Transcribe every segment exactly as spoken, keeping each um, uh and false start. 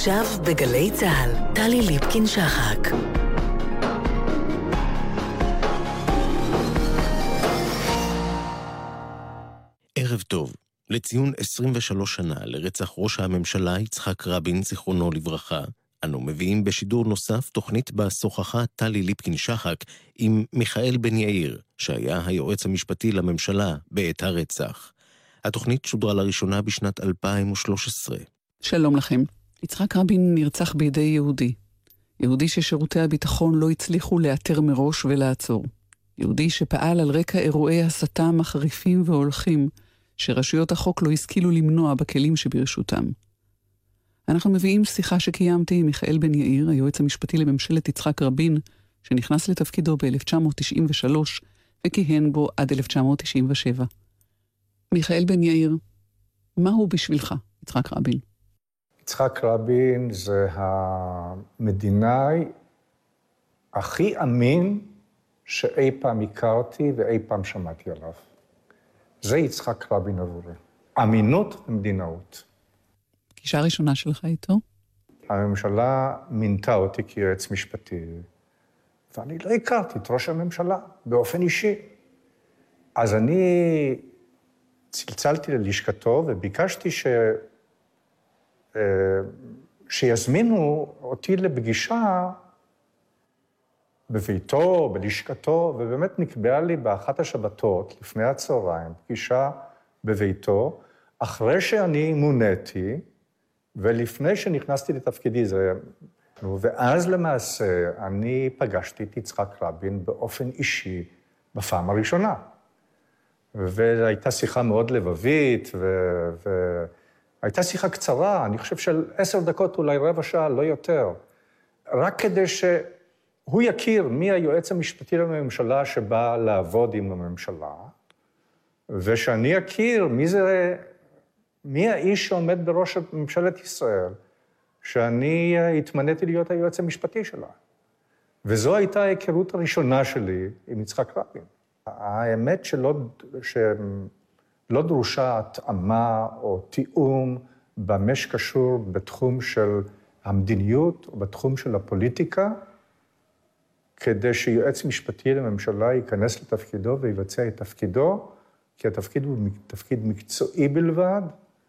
עכשיו בגלי צהל, טלי ליפקין שחק. ערב טוב. לציון עשרים ושלוש שנה לרצח ראש הממשלה יצחק רבין, זיכרונו לברכה, אנו מביאים בשידור נוסף תוכנית בה שוחחה טלי ליפקין שחק עם מיכאל בן יאיר, שהיה היועץ המשפטי לממשלה בעת הרצח. התוכנית שודרה לראשונה בשנת אלפיים ושלוש עשרה. שלום לכם. יצחק רבין נרצח בידי יהודי. יהודי ששירותי הביטחון לא הצליחו לאתר מראש ולעצור. יהודי שפעל על רקע אירועי הסתה מחריפים והולכים, שרשויות החוק לא השכילו למנוע בכלים שברשותם. אנחנו מביאים שיחה שקיימתי עם מיכאל בן יאיר, היועץ המשפטי לממשלת יצחק רבין, שנכנס לתפקידו ב-אלף תשע מאות תשעים ושלוש וכיהן בו עד אלף תשע מאות תשעים ושבע. מיכאל בן יאיר, מהו בשבילך יצחק רבין? יצחק רבין זה המדינאי הכי אמין שאי פעם הכרתי ואי פעם שמעתי עליו. זה יצחק רבין עבורי. אמינות ומדינאות. פגישה ראשונה שלך איתו? הממשלה מינתה אותי כיועץ משפטי, ואני לא הכרתי את ראש הממשלה באופן אישי. אז אני צלצלתי ללשכתו וביקשתי ש... שיזמינו אותי לפגישה בביתו, בלשכתו, ובאמת נקבעה לי באחת השבתות, לפני הצהריים, פגישה בביתו, אחרי שאני מוניתי, ולפני שנכנסתי לתפקידי זה, ואז למעשה אני פגשתי את יצחק רבין באופן אישי בפעם הראשונה. והייתה שיחה מאוד לבבית, ו... ו... הייתה שיחה קצרה, אני חושב של עשר דקות, אולי רבע שעה, לא יותר. רק כדי שהוא יכיר מי היועץ המשפטי לממשלה שבא לעבוד עם הממשלה, ושאני אכיר מי זה, מי האיש שעומד בראש ממשלת ישראל, שאני התמניתי להיות היועץ המשפטי שלה. וזו הייתה ההיכרות הראשונה שלי עם יצחק רבין. האמת שלא... ש... לא דרושה התאמה או תיאום במה שקשור בתחום של המדיניות או בתחום של הפוליטיקה, כדי שיועץ משפטי לממשלה ייכנס לתפקידו ויבצע את תפקידו, כי התפקיד הוא תפקיד מקצועי בלבד,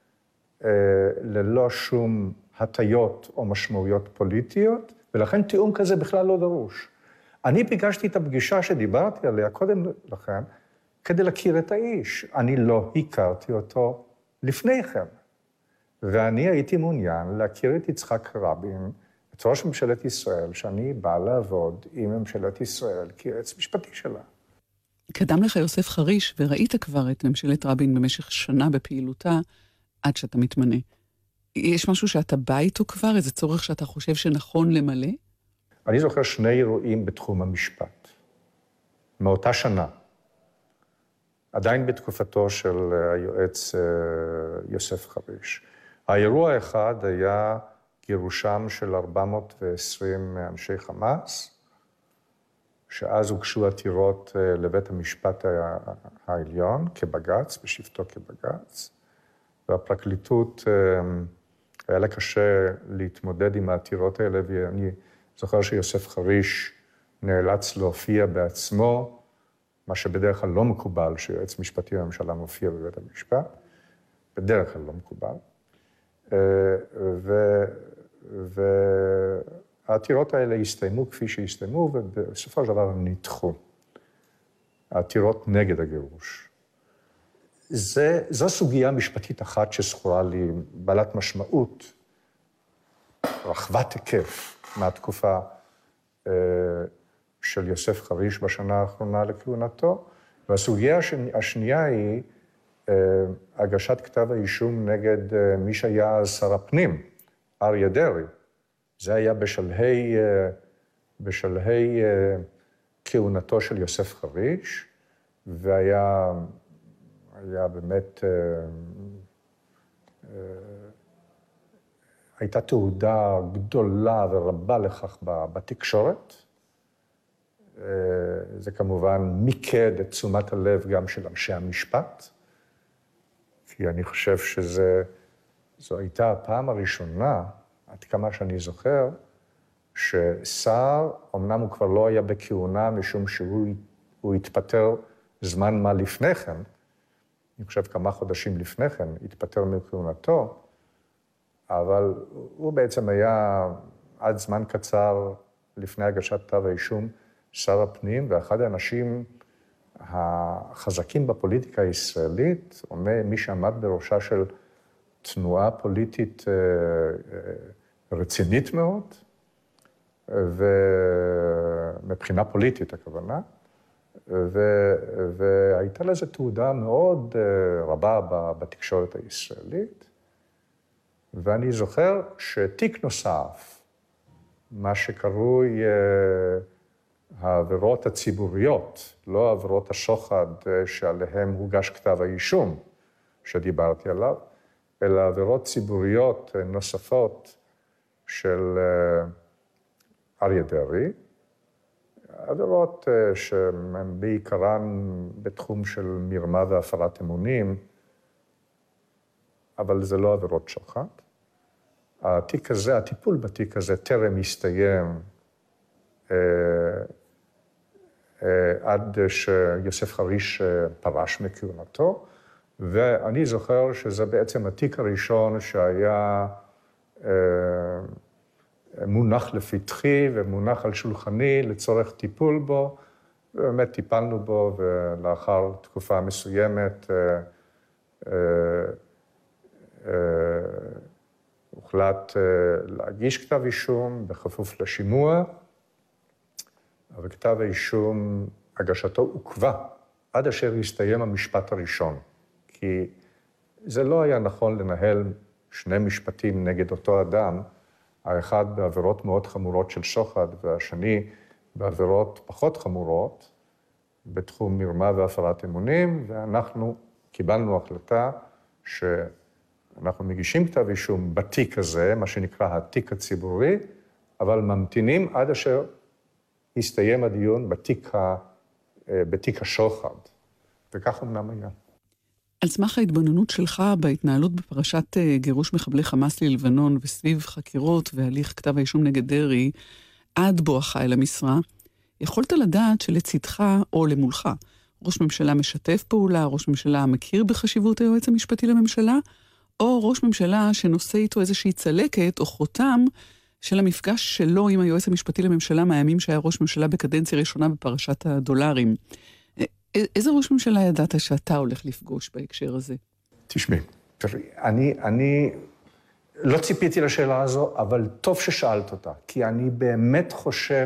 ללא שום הטיות או משמעויות פוליטיות, ולכן תיאום כזה בכלל לא דרוש. אני ביקשתי את הפגישה שדיברתי עליה קודם לכן, כדי להכיר את האיש. אני לא הכרתי אותו לפני כן. ואני הייתי מעוניין להכיר את יצחק רבין, את ראש ממשלת ישראל, שאני בא לעבוד עם ממשלת ישראל כיועץ משפטי שלה. קדם לך יוסף חריש, וראית כבר את ממשלת רבין במשך שנה בפעילותה, עד שאתה מתמנה. יש משהו שאתה בא איתו כבר? איזה צורך שאתה חושב שנכון למלא? אני זוכר שני אירועים בתחום המשפט. מאותה שנה. עדיין בתקופתו של היועץ יוסף חריש. האירוע האחד היה גירושם של ארבע מאות ועשרים אנשי חמאס, שאז הוגשו עתירות לבית המשפט העליון כבג"ץ, בשבתו כבג"ץ, והפרקליטות היה לה קשה להתמודד עם העתירות האלה, ואני זוכר שיוסף חריש נאלץ להופיע בעצמו, מה שבדרך כלל לא מקובל, שיועץ משפטי בממשלה מופיע בבית המשפט, בדרך כלל לא מקובל. והעתירות האלה הסתיימו כפי שהסתיימו, ובסופו של דבר הם נדחו. העתירות נגד הגירוש. זה, זו סוגיה משפטית אחת שזכורה לי, בעלת משמעות, רחבת היקף מהתקופה של יוסף חריש בשנה האחרונה לכהונתו, והסוגיה השנייה היא הגשת כתב האישום נגד מי שהיה אז שר הפנים, אריה דרעי. זה היה בשלהי, בשלהי כהונתו של יוסף חריש, והיה היה באמת, הייתה תהודה גדולה ורבה לכך בתקשורת. זה כמובן מיקד את תשומת הלב גם של אנשי המשפט, כי אני חושב שזו הייתה הפעם הראשונה, עד כמה שאני זוכר, ששר, אמנם הוא כבר לא היה בכהונה, משום שהוא הוא התפטר זמן מה לפני כן, אני חושב כמה חודשים לפני כן, התפטר מכהונתו, אבל הוא בעצם היה עד זמן קצר לפני הגשת כתב האישום שר הפנים, ואחד האנשים החזקים בפוליטיקה הישראלית, אומר מי שעמד בראשה של תנועה פוליטית רצינית מאוד, ומבחינה פוליטית הכוונה, ו... והייתה לזה תעודה מאוד רבה בתקשורת הישראלית, ואני זוכר שתיק נוסף, מה שקרוי העבירות הציבוריות, לא העבירות השוחד שעליהם הוגש כתב האישום שדיברתי עליו, אלא עבירות ציבוריות נוספות של אריה דרעי, עבירות שהן בעיקרן בתחום של מרמה והפרת אמונים, אבל זה לא עבירות שוחד. התיק הזה, הטיפול בתיק הזה טרם הסתיים אה, אה, עד שיוסף חריש פרש מכהונתו, ואני זוכר שזה בעצם התיק הראשון שהיה אה, מונח לפתחי ומונח על שולחני לצורך טיפול בו, ובאמת טיפלנו בו, ולאחר תקופה מסוימת אה, אה, אה, הוחלט להגיש כתב אישום בכפוף לשימוע, אבל כתב האישום, הגשתו עוכבה עד אשר הסתיים המשפט הראשון, כי זה לא היה נכון לנהל שני משפטים נגד אותו אדם, האחד בעבירות מאוד חמורות של שוחד, והשני בעבירות פחות חמורות, בתחום מרמה והפרת אמונים, ואנחנו קיבלנו החלטה ש... אנחנו מגישים כתב אישום בתיק הזה, מה שנקרא התיק הציבורי, אבל ממתינים עד אשר יסתיים הדיון בתיק, ה... בתיק השוחד. וכך אמנם היה. על סמך ההתבוננות שלך בהתנהלות בפרשת גירוש מחבלי חמאס ללבנון וסביב חקירות והליך כתב האישום נגד דרעי, עד בואך אל המשרה, יכולת לדעת שלצידך או למולך, ראש ממשלה משתף פעולה, ראש ממשלה מכיר בחשיבות היועץ המשפטי לממשלה, או ראש ממשלה שנושא איתו איזושהי צלקת או חותם של המפגש שלו עם היועץ המשפטי לממשלה מהימים שהיה ראש ממשלה בקדנציה ראשונה בפרשת הדולרים. איזה ראש ממשלה ידעת שאתה הולך לפגוש בהקשר הזה? תשמעי, אני, אני לא ציפיתי לשאלה הזו, אבל טוב ששאלת אותה, כי אני באמת חושב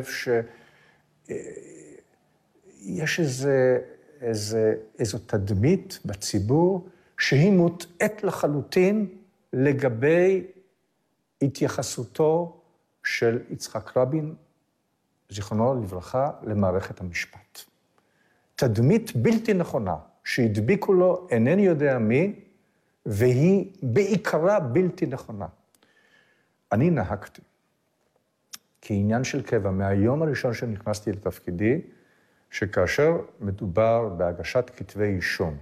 שיש איזה, איזה, איזו תדמית בציבור, שהיא מוטעת לחלוטין לגבי התייחסותו של יצחק רבין, זיכרונו לברכה, למערכת המשפט. תדמית בלתי נכונה, שהדביקו לו אינני יודע מי, והיא בעיקרה בלתי נכונה. אני נהגתי, כעניין של קבע, מהיום הראשון שנכנסתי לתפקידי, שכאשר מדובר בהגשת כתבי אישום,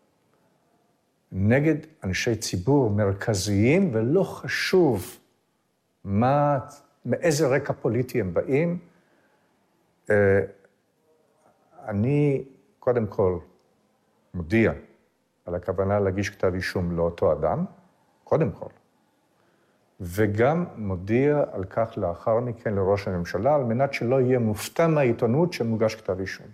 נגד אנשי ציבור מרכזיים, ולא חשוב מה, מאיזה רקע פוליטי הם באים, אני קודם כל מודיע על הכוונה להגיש כתב אישום לאותו אדם, קודם כל, וגם מודיע על כך לאחר מכן לראש הממשלה, על מנת שלא יהיה מופתע מהעיתונות שמוגש כתב אישום.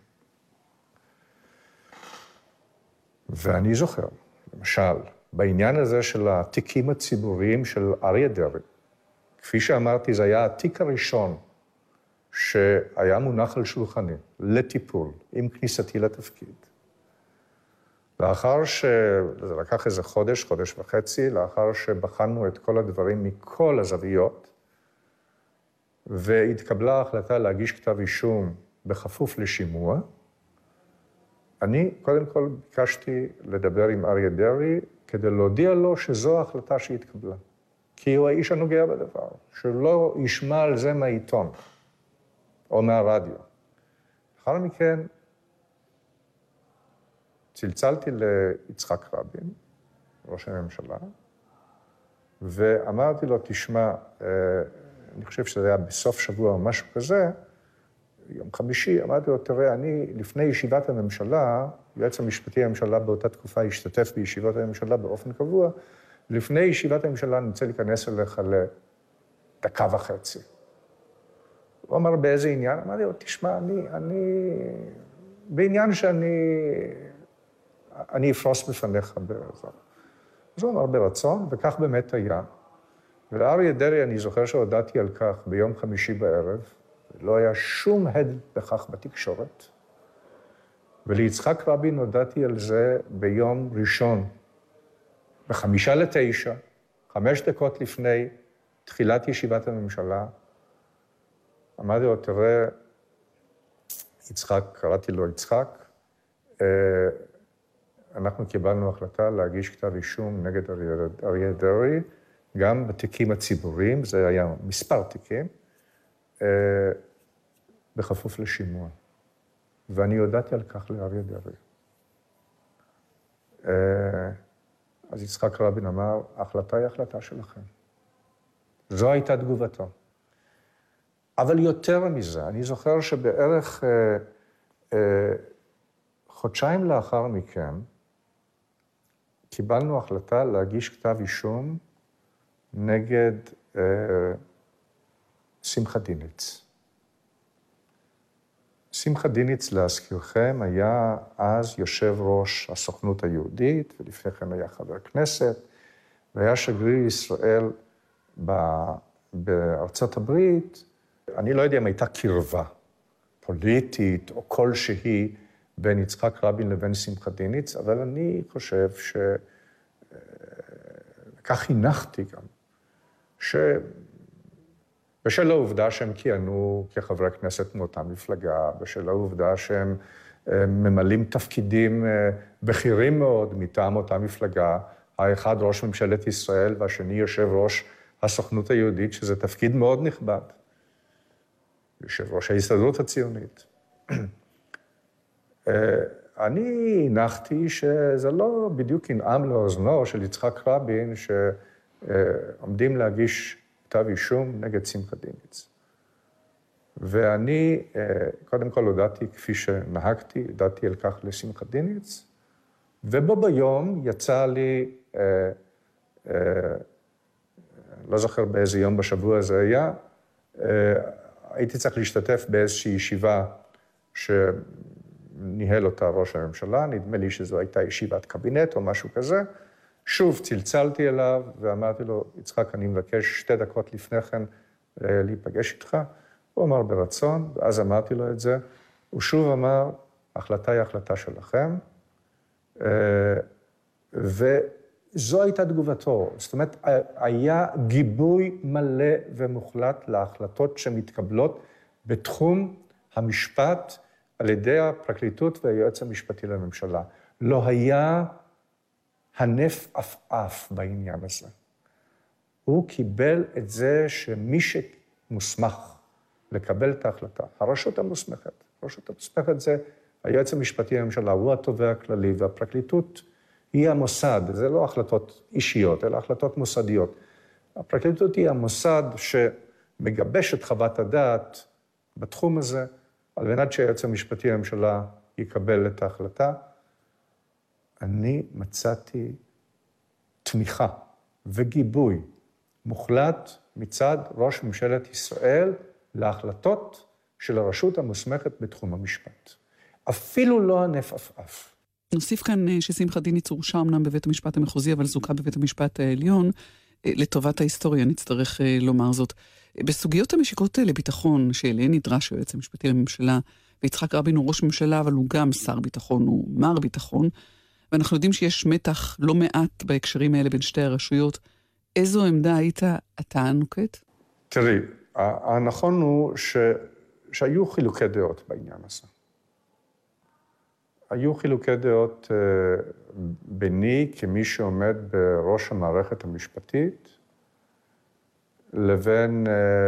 ואני זוכר, למשל, בעניין הזה של התיקים הציבוריים של אריה דרעי, כפי שאמרתי, זה היה התיק הראשון שהיה מונח על שולחני לטיפול עם כניסתי לתפקיד. לאחר ש... זה לקח איזה חודש, חודש וחצי, לאחר שבחנו את כל הדברים מכל הזוויות, והתקבלה ההחלטה להגיש כתב אישום בכפוף לשימוע, אני קודם כל ביקשתי לדבר עם אריה דרעי כדי להודיע לו שזו ההחלטה שהתקבלה. כי הוא האיש הנוגע בדבר, שלא ישמע על זה מהעיתון או מהרדיו. לאחר מכן צלצלתי ליצחק רבין, ראש הממשלה, ואמרתי לו, תשמע, אני חושב שזה היה בסוף שבוע או משהו כזה, יום חמישי, אמרתי לו, תראה, אני לפני ישיבת הממשלה, היועץ המשפטי הממשלה באותה תקופה השתתף בישיבות הממשלה באופן קבוע, לפני ישיבת הממשלה אני רוצה להיכנס אליך לדקה וחצי. הוא אמר, באיזה עניין? אמרתי לו, תשמע, אני, אני, בעניין שאני, אני אפרוס בפניך באזור. אז הוא אמר ברצון, וכך באמת היה. ולאריה דרעי, אני זוכר שהודעתי על כך ביום חמישי בערב, לא היה שום הד בכך בתקשורת, וליצחק רבין הודעתי על זה ביום ראשון, בחמישה לתשע, חמש דקות לפני תחילת ישיבת הממשלה, אמרתי לו, תראה, יצחק, קראתי לו יצחק, אנחנו קיבלנו החלטה להגיש כתב אישום נגד אריה דרעי, גם בתיקים הציבוריים, זה היה מספר תיקים, בכפוף לשימוע. ואני הודעתי על כך לאריה דרעי. אז יצחק רבין אמר, ההחלטה היא החלטה שלכם. זו הייתה תגובתו. אבל יותר מזה, אני זוכר שבערך אה, אה, חודשיים לאחר מכן, קיבלנו החלטה להגיש כתב אישום נגד אה, שמחה דיניץ. שמחה דיניץ, להזכירכם, היה אז יושב ראש הסוכנות היהודית, ולפני כן היה חבר כנסת, והיה שגריר ישראל בארצות הברית. אני לא יודע אם הייתה קרבה פוליטית או כלשהי בין יצחק רבין לבין שמחה דיניץ, אבל אני חושב ש... כך הנחתי גם, שבשל העובדה שהם כיהנו כחברי כנסת מאותה מפלגה, בשל העובדה שהם ממלאים תפקידים בכירים מאוד מטעם אותה מפלגה, האחד ראש ממשלת ישראל והשני יושב ראש הסוכנות היהודית, שזה תפקיד מאוד נכבד. יושב ראש ההסתדרות הציונית. אני הנחתי שזה לא בדיוק ינעם לאוזנו של יצחק רבין, שעומדים להגיש כתב אישום נגד שמחה דיניץ. ואני, קודם כל הודעתי כפי שנהגתי, הודעתי על כך לשמחה דיניץ, ובו ביום יצא לי, לא זוכר באיזה יום בשבוע זה היה, הייתי צריך להשתתף באיזושהי ישיבה שניהל אותה ראש הממשלה, נדמה לי שזו הייתה ישיבת קבינט או משהו כזה. שוב צלצלתי אליו ואמרתי לו, יצחק, אני מבקש שתי דקות לפני כן להיפגש איתך. הוא אמר ברצון, ואז אמרתי לו את זה. הוא שוב אמר, ההחלטה היא החלטה שלכם, וזו הייתה תגובתו. זאת אומרת, היה גיבוי מלא ומוחלט להחלטות שמתקבלות בתחום המשפט על ידי הפרקליטות והיועץ המשפטי לממשלה. לא היה הנף עפעף בעניין הזה. הוא קיבל את זה שמי שמוסמך לקבל את ההחלטה, הרשות המוסמכת, הרשות המוסמכת זה היועץ המשפטי לממשלה, הוא התובע הכללי, והפרקליטות היא המוסד, זה לא החלטות אישיות, אלא החלטות מוסדיות. הפרקליטות היא המוסד שמגבש את חוות הדעת בתחום הזה, על מנת שהיועץ המשפטי לממשלה יקבל את ההחלטה. אני מצאתי תמיכה וגיבוי מוחלט מצד ראש ממשלת ישראל להחלטות של הרשות המוסמכת בתחום המשפט. אפילו לא הנף עפעף. נוסיף כאן ששמחה דיניץ הורשע אמנם בבית המשפט המחוזי, אבל זוכה בבית המשפט העליון. לטובת ההיסטוריה נצטרך לומר זאת. בסוגיות המשיקות לביטחון, שאליהן נדרש היועץ המשפטי לממשלה, ויצחק רבין הוא ראש ממשלה, אבל הוא גם שר ביטחון, הוא מר ביטחון, ואנחנו יודעים שיש מתח לא מעט בהקשרים האלה בין שתי הרשויות. איזו עמדה היית אתה נוקט? תראי, הנכון הוא ש... שהיו חילוקי דעות בעניין הזה. היו חילוקי דעות ביני כמי שעומד בראש המערכת המשפטית, לבין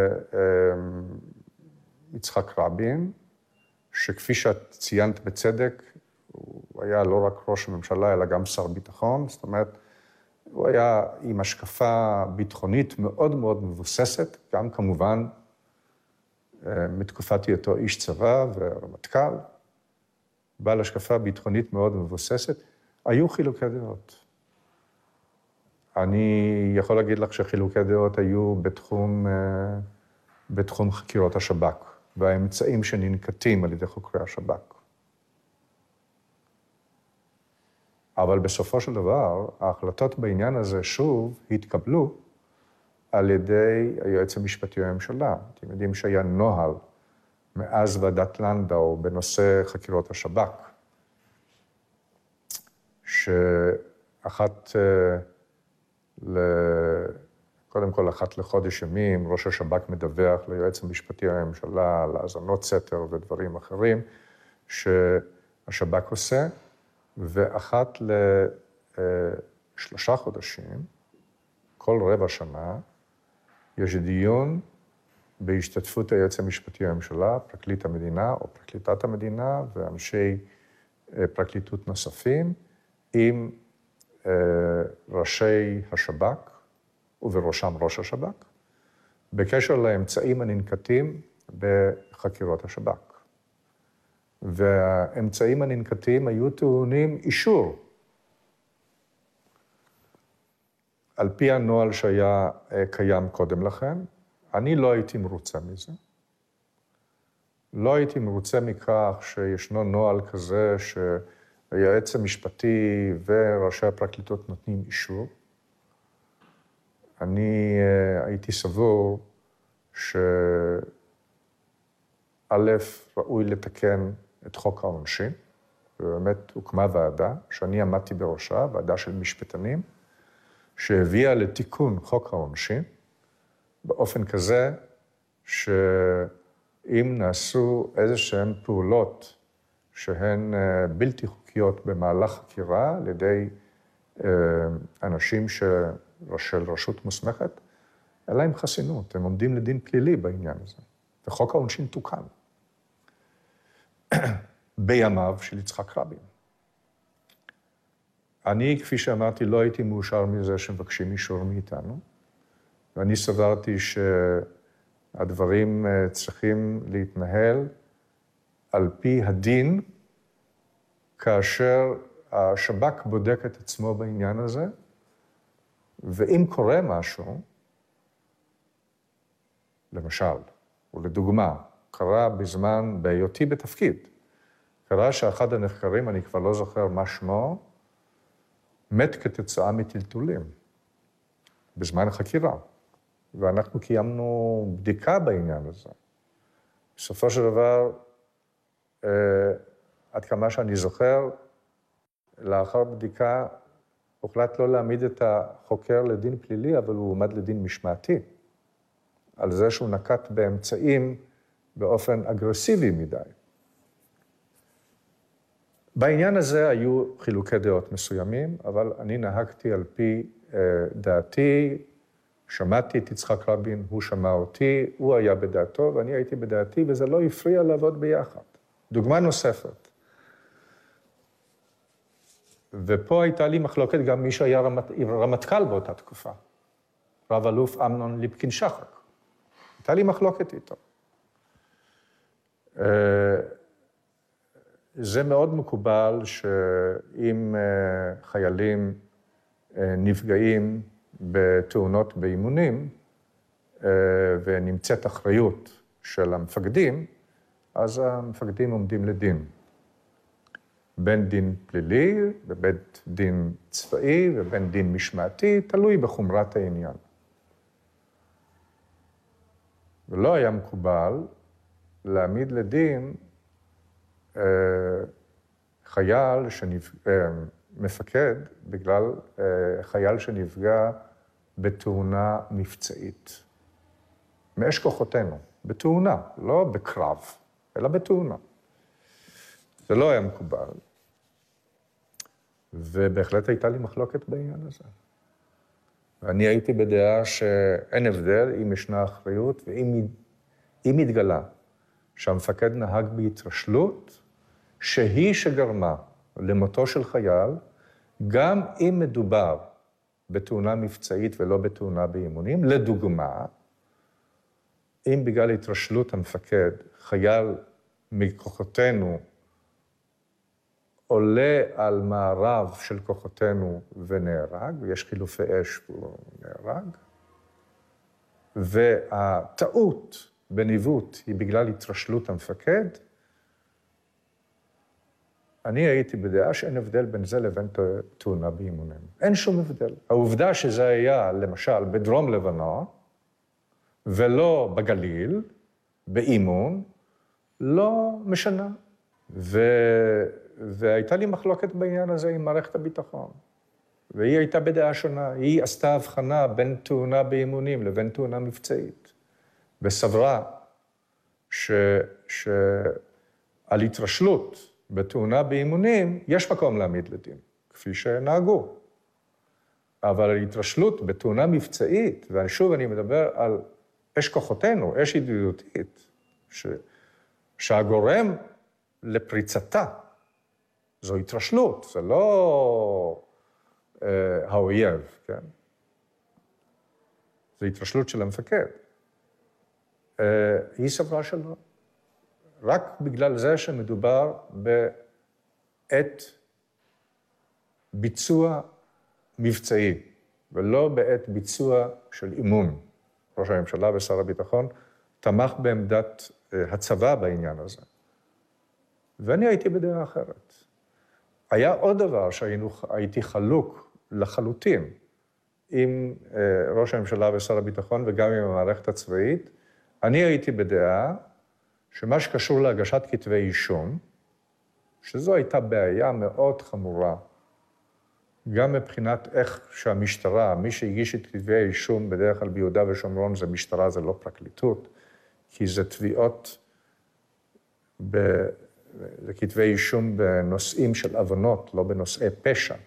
יצחק רבין, שכפי שאת ציינת בצדק, הוא היה לא רק ראש הממשלה, אלא גם שר ביטחון. זאת אומרת, הוא היה עם השקפה ביטחונית מאוד מאוד מבוססת, גם כמובן מתקופת היותו איש צבא ורמטכ"ל, בעל השקפה ביטחונית מאוד מבוססת. היו חילוקי דעות. אני יכול להגיד לך שחילוקי דעות היו בתחום, בתחום חקירות השב"כ, והאמצעים שננקטים על ידי חוקרי השב"כ. אבל בסופו של דבר, ההחלטות בעניין הזה שוב התקבלו על ידי היועץ המשפטי לממשלה. אתם יודעים שהיה נוהל מאז ועדת לנדאו בנושא חקירות השב"כ, שאחת, קודם כל אחת לחודש ימים, ראש השב"כ מדווח ליועץ המשפטי לממשלה על האזנות סתר ודברים אחרים שהשב"כ עושה, ואחת לשלושה חודשים, כל רבע שנה, יש דיון בהשתתפות היועץ המשפטי לממשלה, פרקליט המדינה או פרקליטת המדינה ואנשי פרקליטות נוספים, עם ראשי השב"כ, ובראשם ראש השב"כ, בקשר לאמצעים הננקטים בחקירות השב"כ. והאמצעים הננקטים היו טעונים אישור. על פי הנוהל שהיה קיים קודם לכן, אני לא הייתי מרוצה מזה. לא הייתי מרוצה מכך שישנו נוהל כזה שהיועץ המשפטי וראשי הפרקליטות נותנים אישור. אני הייתי סבור שא' ראוי לתקן את חוק העונשין, ובאמת הוקמה ועדה, שאני עמדתי בראשה, ועדה של משפטנים, שהביאה לתיקון חוק העונשין, באופן כזה שאם נעשו איזה שהן פעולות שהן בלתי חוקיות במהלך חקירה, על ידי אנשים של רשות מוסמכת, אין להם חסינות, הם עומדים לדין פלילי בעניין הזה. וחוק העונשין תוקן. בימיו של יצחק רבין. אני, כפי שאמרתי, לא הייתי מאושר מזה שמבקשים אישור מאיתנו, ואני סברתי שהדברים צריכים להתנהל על פי הדין, כאשר השב"כ בודק את עצמו בעניין הזה, ואם קורה משהו, למשל, ולדוגמה, קרה בזמן, בהיותי בתפקיד, קרה שאחד הנחקרים, אני כבר לא זוכר מה שמו, מת כתוצאה מטלטולים, בזמן חקירה. ואנחנו קיימנו בדיקה בעניין הזה. בסופו של דבר, אה, עד כמה שאני זוכר, לאחר בדיקה, הוחלט לא להעמיד את החוקר לדין פלילי, אבל הוא עומד לדין משמעתי, על זה שהוא נקט באמצעים באופן אגרסיבי מדי. בעניין הזה היו חילוקי דעות מסוימים, אבל אני נהגתי על פי אה, דעתי, שמעתי את יצחק רבין, הוא שמע אותי, הוא היה בדעתו ואני הייתי בדעתי, וזה לא הפריע לעבוד ביחד. דוגמה נוספת. ופה הייתה לי מחלוקת גם מי שהיה רמת, רמטכ"ל באותה תקופה, רב אלוף אמנון ליפקין שחק. הייתה לי מחלוקת איתו. זה מאוד מקובל שאם חיילים נפגעים בתאונות באימונים, ונמצאת אחריות של המפקדים, אז המפקדים עומדים לדין. בין דין פלילי, ובין דין צבאי, ובין דין משמעתי, תלוי בחומרת העניין. ולא היה מקובל להעמיד לדין אה, חייל, שנפ... אה, מפקד, בגלל אה, חייל שנפגע בתאונה מבצעית. מאש כוחותינו, בתאונה, לא בקרב, אלא בתאונה. זה לא היה מקובל, ובהחלט הייתה לי מחלוקת בעניין הזה. ואני הייתי בדעה שאין הבדל אם ישנה אחריות, ואם אם התגלה שהמפקד נהג בהתרשלות, שהיא שגרמה למותו של חייל, גם אם מדובר בתאונה מבצעית ולא בתאונה באימונים. לדוגמה, אם בגלל התרשלות המפקד, חייל מכוחותינו עולה על מערב של כוחותינו ונהרג, ויש חילופי אש והוא נהרג, והטעות בניווט היא בגלל התרשלות המפקד, אני הייתי בדעה שאין הבדל בין זה לבין תאונה באימונים. אין שום הבדל. העובדה שזה היה, למשל, בדרום לבנון, ולא בגליל, באימון, לא משנה. ו... והייתה לי מחלוקת בעניין הזה עם מערכת הביטחון. והיא הייתה בדעה שונה. היא עשתה הבחנה בין תאונה באימונים לבין תאונה מבצעית. וסברה ש... ש... על התרשלות בתאונה באימונים, יש מקום להעמיד לדין, כפי שנהגו. אבל על התרשלות בתאונה מבצעית, ושוב אני מדבר על אש כוחותינו, אש ידידותית, ש... שהגורם לפריצתה, זו התרשלות, זה לא אה, האויב, כן? זו התרשלות של המפקד. אה, היא סברה שלא. רק בגלל זה שמדובר בעת ביצוע מבצעי, ולא בעת ביצוע של אימון. ראש הממשלה ושר הביטחון תמך בעמדת הצבא בעניין הזה. ואני הייתי בדעה אחרת. היה עוד דבר שהייתי חלוק לחלוטין עם ראש הממשלה ושר הביטחון וגם עם המערכת הצבאית. אני הייתי בדעה שמה שקשור להגשת כתבי אישום, שזו הייתה בעיה מאוד חמורה, גם מבחינת איך שהמשטרה, מי שהגיש את כתבי האישום בדרך כלל ביהודה ושומרון זה משטרה, זה לא פרקליטות, כי זה תביעות, ב... זה כתבי אישום בנושאים של אבנות, לא בנושאי פשע.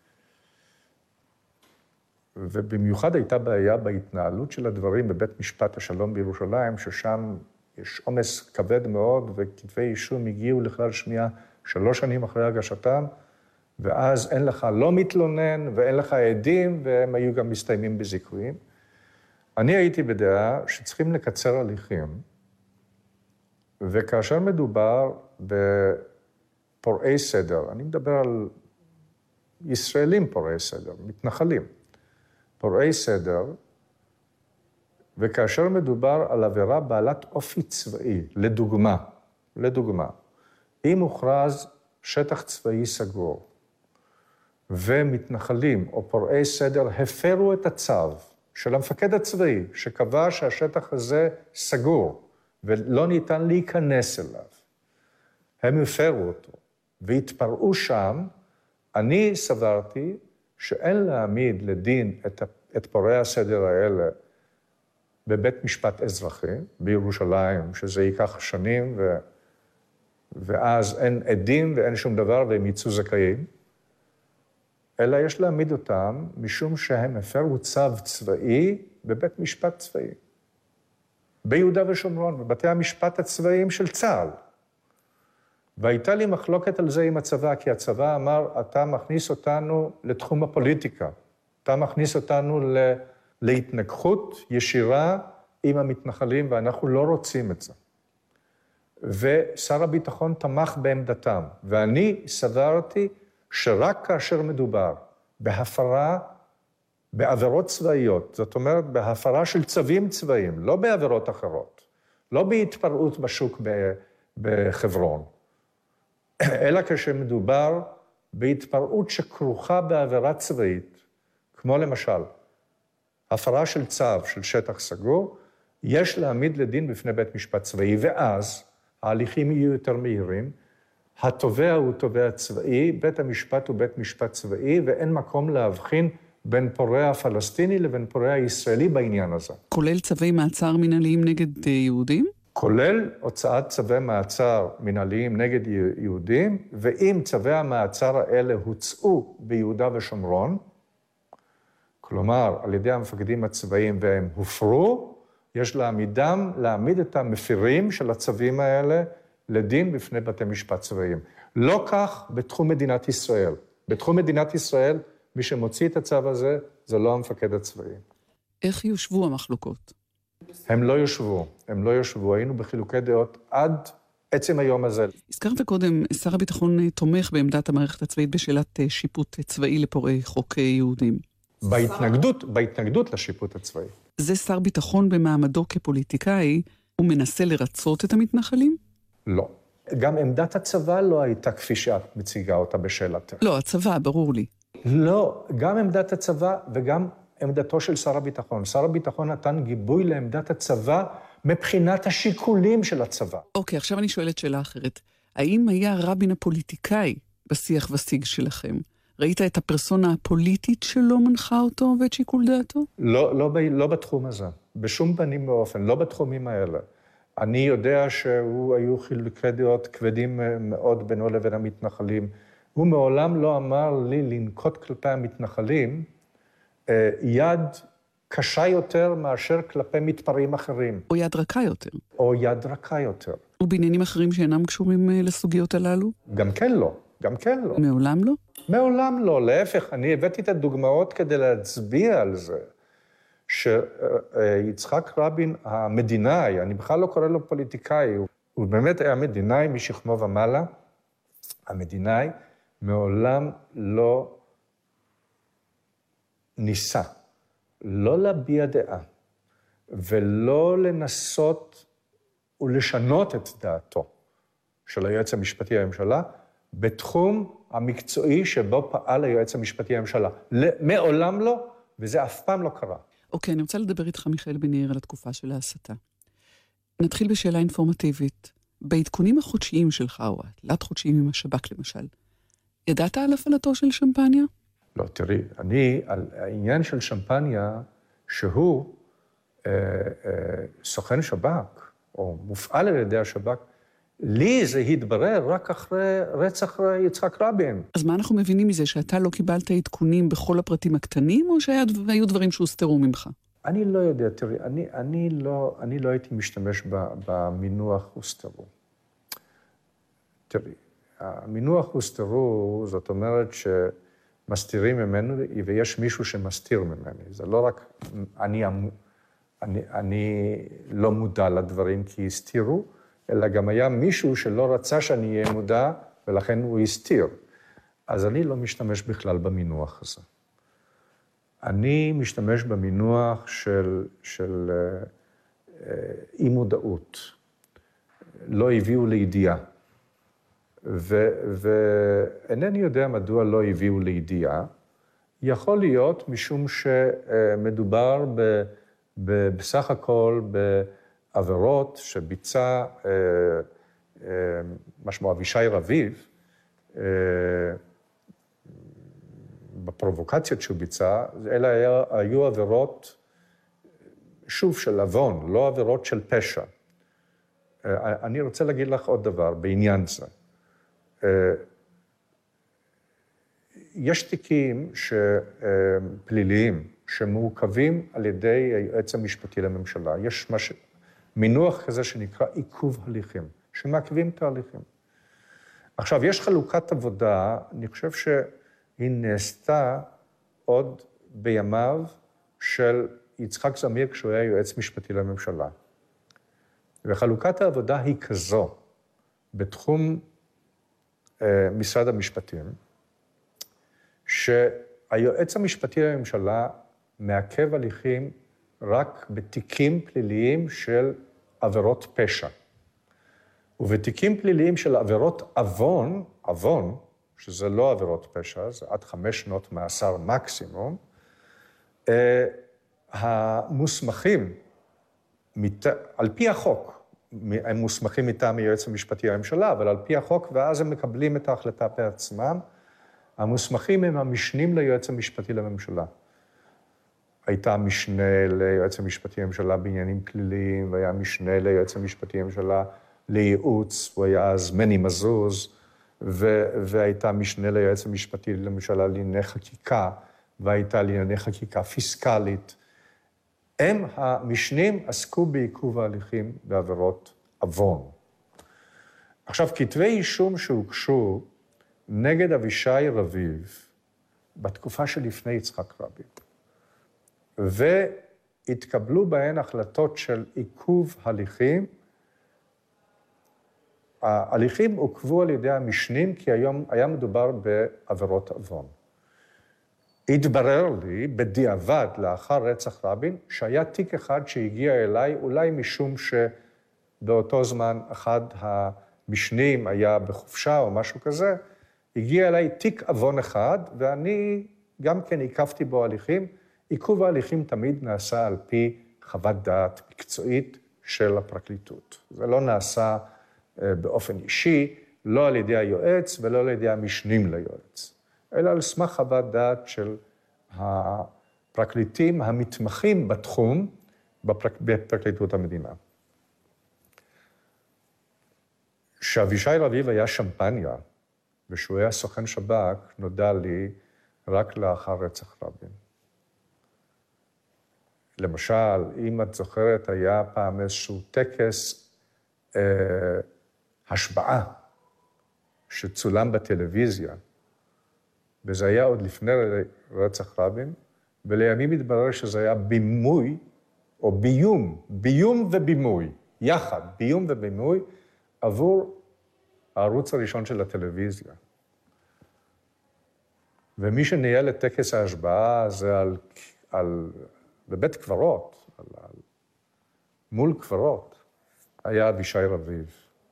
ובמיוחד הייתה בעיה בהתנהלות של הדברים בבית משפט השלום בירושלים, ששם יש עומס כבד מאוד, וכתבי אישום הגיעו לכלל שמיעה שלוש שנים אחרי הגשתם, ואז אין לך לא מתלונן ואין לך עדים, והם היו גם מסתיימים בזיכויים. אני הייתי בדעה שצריכים לקצר הליכים, וכאשר מדובר בפורעי סדר, אני מדבר על ישראלים פורעי סדר, מתנחלים, פורעי סדר, וכאשר מדובר על עבירה בעלת אופי צבאי, לדוגמה, לדוגמה, אם הוכרז שטח צבאי סגור, ומתנחלים או פורעי סדר הפרו את הצו של המפקד הצבאי, שקבע שהשטח הזה סגור, ולא ניתן להיכנס אליו, הם הפרו אותו, והתפרעו שם, אני סברתי שאין להעמיד לדין את, את פורעי הסדר האלה, בבית משפט אזרחי, בירושלים, שזה ייקח שנים, ו... ואז אין עדים ואין שום דבר, והם יצאו זכאים, אלא יש להעמיד אותם, משום שהם הפרו צו צבאי בבית משפט צבאי. ביהודה ושומרון, בבתי המשפט הצבאיים של צה"ל. והייתה לי מחלוקת על זה עם הצבא, כי הצבא אמר, אתה מכניס אותנו לתחום הפוליטיקה, אתה מכניס אותנו ל... להתנגחות ישירה עם המתנחלים, ואנחנו לא רוצים את זה. ושר הביטחון תמך בעמדתם, ואני סברתי שרק כאשר מדובר בהפרה, בעבירות צבאיות, זאת אומרת, בהפרה של צווים צבאיים, לא בעבירות אחרות, לא בהתפרעות בשוק בחברון, אלא כשמדובר בהתפרעות שכרוכה בעבירה צבאית, כמו למשל, הפרה של צו של שטח סגור, יש להעמיד לדין בפני בית משפט צבאי, ואז ההליכים יהיו יותר מהירים, התובע הוא תובע צבאי, בית המשפט הוא בית משפט צבאי, ואין מקום להבחין בין פורע הפלסטיני לבין פורע הישראלי בעניין הזה. כולל צווי מעצר מנהליים נגד יהודים? כולל הוצאת צווי מעצר מנהליים נגד יהודים, ואם צווי המעצר האלה הוצאו ביהודה ושומרון, כלומר, על ידי המפקדים הצבאיים והם הופרו, יש להעמידם, להעמיד את המפירים של הצווים האלה לדין בפני בתי משפט צבאיים. לא כך בתחום מדינת ישראל. בתחום מדינת ישראל מי שמוציא את הצו הזה, זה לא המפקד הצבאי. איך יושבו המחלוקות? הם לא יושבו, הם לא יושבו. היינו בחילוקי דעות עד עצם היום הזה. הזכרת קודם, שר הביטחון תומך בעמדת המערכת הצבאית בשאלת שיפוט צבאי לפורעי חוק יהודים. בהתנגדות, בהתנגדות לשיפוט הצבאי. זה שר ביטחון במעמדו כפוליטיקאי, הוא מנסה לרצות את המתנחלים? לא. גם עמדת הצבא לא הייתה כפי שאת מציגה אותה בשאלתך. לא, הצבא, ברור לי. לא, גם עמדת הצבא וגם עמדתו של שר הביטחון. שר הביטחון נתן גיבוי לעמדת הצבא מבחינת השיקולים של הצבא. אוקיי, עכשיו אני שואלת שאלה אחרת. האם היה רבין הפוליטיקאי בשיח ושיג שלכם? ראית את הפרסונה הפוליטית שלו מנחה אותו ואת שיקול דעתו? לא, לא, לא בתחום הזה. בשום פנים ואופן, לא בתחומים האלה. אני יודע שהוא היו חילוקי דעות כבדים מאוד בינו לבין המתנחלים. הוא מעולם לא אמר לי לנקוט כלפי המתנחלים יד קשה יותר מאשר כלפי מתפרעים אחרים. או יד רכה יותר. או יד רכה יותר. ובעניינים אחרים שאינם קשורים לסוגיות הללו? גם כן לא, גם כן לא. מעולם לא? מעולם לא, להפך, אני הבאתי את הדוגמאות כדי להצביע על זה, שיצחק רבין המדינאי, אני בכלל לא קורא לו פוליטיקאי, הוא באמת היה מדינאי משכמו ומעלה, המדינאי מעולם לא ניסה, לא להביע דעה, ולא לנסות ולשנות את דעתו של היועץ המשפטי לממשלה, בתחום המקצועי שבו פעל היועץ המשפטי לממשלה. מעולם לא, וזה אף פעם לא קרה. אוקיי, אני רוצה לדבר איתך, מיכאל בן-יאיר, על התקופה של ההסתה. נתחיל בשאלה אינפורמטיבית. בעדכונים החודשיים שלך, או התלת חודשיים עם השב"כ למשל, ידעת על הפעלתו של שמפניה? לא, תראי, אני, על העניין של שמפניה, שהוא אה, אה, סוכן שב"כ, או מופעל על ידי השב"כ, לי זה התברר רק אחרי רצח יצחק רבין. אז מה אנחנו מבינים מזה, שאתה לא קיבלת עדכונים בכל הפרטים הקטנים, או שהיו דברים שהוסתרו ממך? אני לא יודע, תראי, אני, אני, לא, אני לא הייתי משתמש במינוח הוסתרו. תראי, המינוח הוסתרו, זאת אומרת שמסתירים ממנו, ויש מישהו שמסתיר ממני. זה לא רק אני, אני, אני לא מודע לדברים כי הסתירו, אלא גם היה מישהו שלא רצה שאני אהיה מודע, ולכן הוא הסתיר. אז אני לא משתמש בכלל במינוח הזה. אני משתמש במינוח של, של אה, אי מודעות. לא הביאו לידיעה. ו, ואינני יודע מדוע לא הביאו לידיעה. יכול להיות משום שמדובר ב, ב, בסך הכל ב... עבירות שביצע אה, אה, משמו אבישי רביב, אה, בפרובוקציות שהוא ביצע, אלה היה, היו עבירות, שוב, של עוון, לא עבירות של פשע. אה, אני רוצה להגיד לך עוד דבר בעניין זה. אה, יש תיקים פליליים שמורכבים על ידי היועץ המשפטי לממשלה. יש מה ש... מינוח כזה שנקרא עיכוב הליכים, שמעכבים תהליכים. עכשיו, יש חלוקת עבודה, אני חושב שהיא נעשתה עוד בימיו של יצחק זמיר, כשהוא היה יועץ משפטי לממשלה. וחלוקת העבודה היא כזו, בתחום אה, משרד המשפטים, שהיועץ המשפטי לממשלה מעכב הליכים רק בתיקים פליליים של עבירות פשע. ובתיקים פליליים של עבירות עוון, עוון, שזה לא עבירות פשע, זה עד חמש שנות מאסר מקסימום, המוסמכים, על פי החוק, הם מוסמכים מטעם היועץ המשפטי לממשלה, אבל על פי החוק, ואז הם מקבלים את ההחלטה בעצמם, המוסמכים הם המשנים ליועץ המשפטי לממשלה. הייתה משנה ליועץ המשפטי לממשלה בעניינים פליליים, והיה משנה ליועץ המשפטי לממשלה לייעוץ, הוא היה אז מני מזוז, ו- והייתה משנה ליועץ המשפטי לממשלה לענייני חקיקה, והייתה לענייני חקיקה פיסקלית. הם המשנים עסקו בעיכוב ההליכים בעבירות עוון. עכשיו, כתבי אישום שהוגשו נגד אבישי רביב, בתקופה שלפני יצחק רבין. והתקבלו בהן החלטות של עיכוב הליכים. ההליכים עוכבו על ידי המשנים, כי היום היה מדובר בעבירות עוון. התברר לי בדיעבד לאחר רצח רבין, שהיה תיק אחד שהגיע אליי, אולי משום שבאותו זמן אחד המשנים היה בחופשה או משהו כזה, הגיע אליי תיק עוון אחד, ואני גם כן עיכבתי בו הליכים. עיכוב ההליכים תמיד נעשה על פי חוות דעת מקצועית של הפרקליטות. זה לא נעשה באופן אישי, לא על ידי היועץ ולא על ידי המשנים ליועץ, אלא על סמך חוות דעת של הפרקליטים המתמחים בתחום בפרק... בפרקליטות המדינה. שאבישי רביב היה שמפניה, ושהוא היה סוכן שב"כ, נודע לי רק לאחר רצח רבין. למשל, אם את זוכרת, היה פעם איזשהו טקס אה, השבעה שצולם בטלוויזיה, וזה היה עוד לפני רצח רבין, ולימים התברר שזה היה בימוי, או ביום, ביום ובימוי, יחד, ביום ובימוי, עבור הערוץ הראשון של הטלוויזיה. ומי שניהל את טקס ההשבעה זה על, על, בבית קברות, על, על, מול קברות, היה אבישי רביב.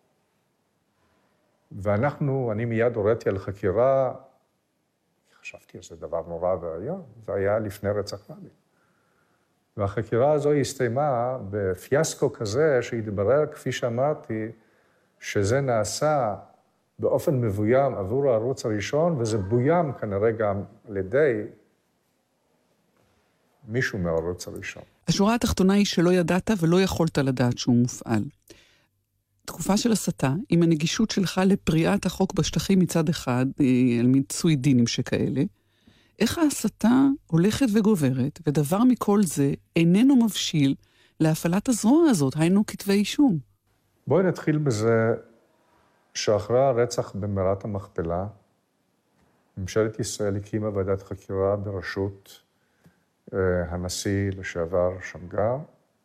ואנחנו, אני מיד הוריתי על חקירה, חשבתי שזה דבר נורא ואיום, זה היה לפני רצח רבין. והחקירה הזו הסתיימה בפיאסקו כזה שהתברר, כפי שאמרתי, שזה נעשה באופן מבוים עבור הערוץ הראשון, וזה בוים כנראה גם על ידי מישהו מהערוץ הראשון. השורה התחתונה היא שלא ידעת ולא יכולת לדעת שהוא מופעל. תקופה של הסתה, עם הנגישות שלך לפריעת החוק בשטחים מצד אחד, על מיצוי דינים שכאלה, איך ההסתה הולכת וגוברת, ודבר מכל זה איננו מבשיל להפעלת הזרוע הזאת, היינו כתבי אישום. בואי נתחיל בזה שאחרי הרצח במערת המכפלה, ממשלת ישראל הקימה ועדת חקירה בראשות אה, הנשיא לשעבר שמגר,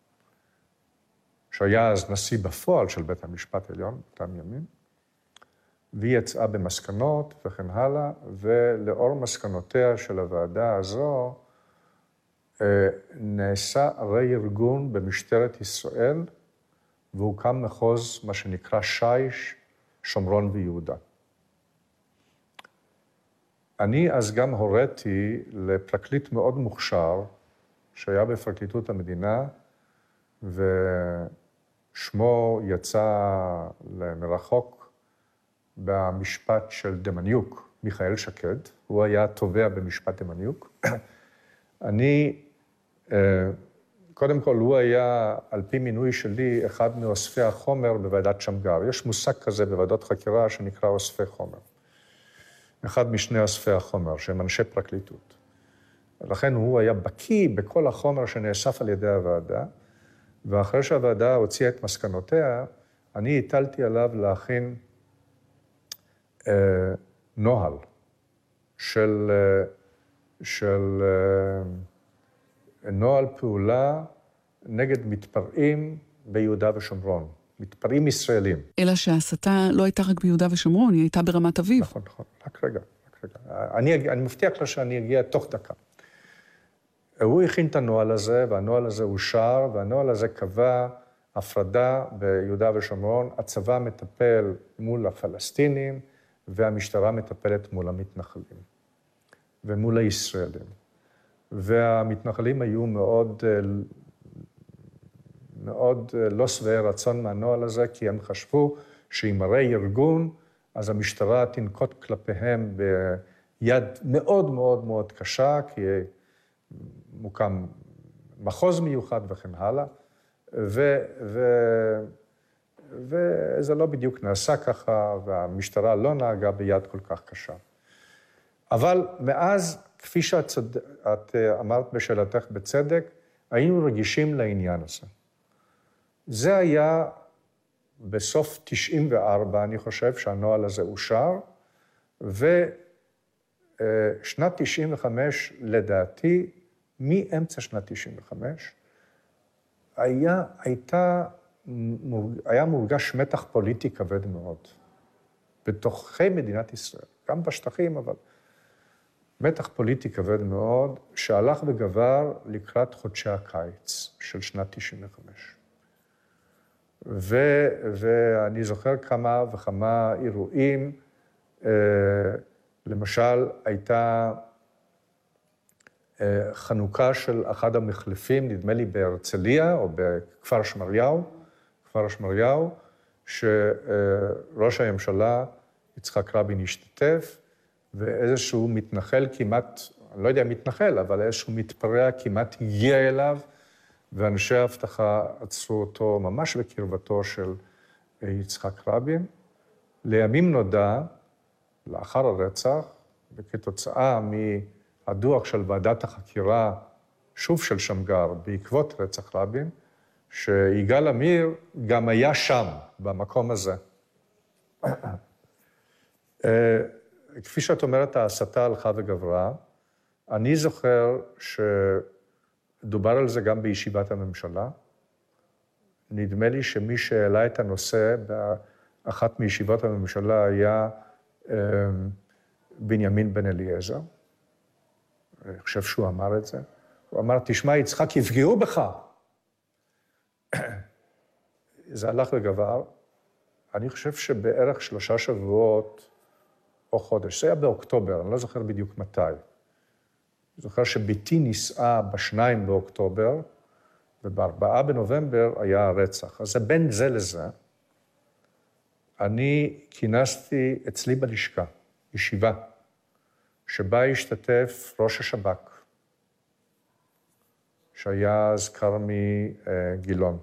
שהיה אז נשיא בפועל של בית המשפט העליון, באותם ימים, והיא יצאה במסקנות וכן הלאה, ולאור מסקנותיה של הוועדה הזו, נעשה רה-ארגון במשטרת ישראל, והוקם מחוז, מה שנקרא שיש, שומרון ויהודה. אני אז גם הוריתי לפרקליט מאוד מוכשר, שהיה בפרקליטות המדינה, ושמו יצא למרחוק במשפט של דמניוק, מיכאל שקד, הוא היה תובע במשפט דמניוק. אני, קודם כל, הוא היה, על פי מינוי שלי, אחד מאוספי החומר בוועדת שמגר. יש מושג כזה בוועדות חקירה שנקרא אוספי חומר. אחד משני אוספי החומר, שהם אנשי פרקליטות. לכן הוא היה בקיא בכל החומר שנאסף על ידי הוועדה, ואחרי שהוועדה הוציאה את מסקנותיה, אני הטלתי עליו להכין אה, נוהל של, אה, של אה, נוהל פעולה נגד מתפרעים ביהודה ושומרון, מתפרעים ישראלים. אלא שההסתה לא הייתה רק ביהודה ושומרון, היא הייתה ברמת אביב. נכון, נכון, רק רגע, רק רגע. אני, אני מבטיח לה שאני אגיע תוך דקה. הוא הכין את הנוהל הזה, והנוהל הזה אושר, והנוהל הזה קבע הפרדה ביהודה ושומרון. הצבא מטפל מול הפלסטינים, והמשטרה מטפלת מול המתנחלים, ומול הישראלים. והמתנחלים היו מאוד, מאוד לא שבעי רצון מהנוהל הזה, כי הם חשבו שאם הרי ארגון, אז המשטרה תנקוט כלפיהם ביד מאוד מאוד מאוד קשה, כי מוקם מחוז מיוחד וכן הלאה, ו, ו, וזה לא בדיוק נעשה ככה, והמשטרה לא נהגה ביד כל כך קשה. אבל מאז, כפי שאת את אמרת בשאלתך בצדק, היינו רגישים לעניין הזה. זה היה בסוף תשעים וארבע, אני חושב שהנוהל הזה אושר, ו... שנת תשעים וחמש, לדעתי, מאמצע שנת תשעים וחמש, היה, הייתה, היה מורגש מתח פוליטי כבד מאוד, בתוכי מדינת ישראל, גם בשטחים, אבל מתח פוליטי כבד מאוד, שהלך וגבר לקראת חודשי הקיץ של שנת תשעים וחמש. ו, ואני זוכר כמה וכמה אירועים, למשל, הייתה חנוכה של אחד המחלפים, נדמה לי בהרצליה, או בכפר שמריהו, כפר שמריהו, שראש הממשלה, יצחק רבין, השתתף, ואיזשהו מתנחל כמעט, אני לא יודע מתנחל, אבל איזשהו מתפרע כמעט הגיע אליו, ואנשי האבטחה עצרו אותו ממש בקרבתו של יצחק רבין. לימים נודע, לאחר הרצח, וכתוצאה מהדוח של ועדת החקירה, שוב של שמגר, בעקבות רצח רבין, שיגאל עמיר גם היה שם, במקום הזה. כפי שאת אומרת, ההסתה הלכה וגברה. אני זוכר שדובר על זה גם בישיבת הממשלה. נדמה לי שמי שהעלה את הנושא באחת מישיבות הממשלה היה בנימין בן אליעזר. אני חושב שהוא אמר את זה. הוא אמר, תשמע, יצחק, יפגעו בך. זה הלך וגבר. אני חושב שבערך שלושה שבועות או חודש, זה היה באוקטובר, אני לא זוכר בדיוק מתי. אני זוכר שביתי נישאה בשניים באוקטובר, ובארבעה בנובמבר היה הרצח. אז זה בין זה לזה. אני כינסתי אצלי בלשכה, ישיבה, שבה השתתף ראש השב"כ, שהיה אז כרמי גילון,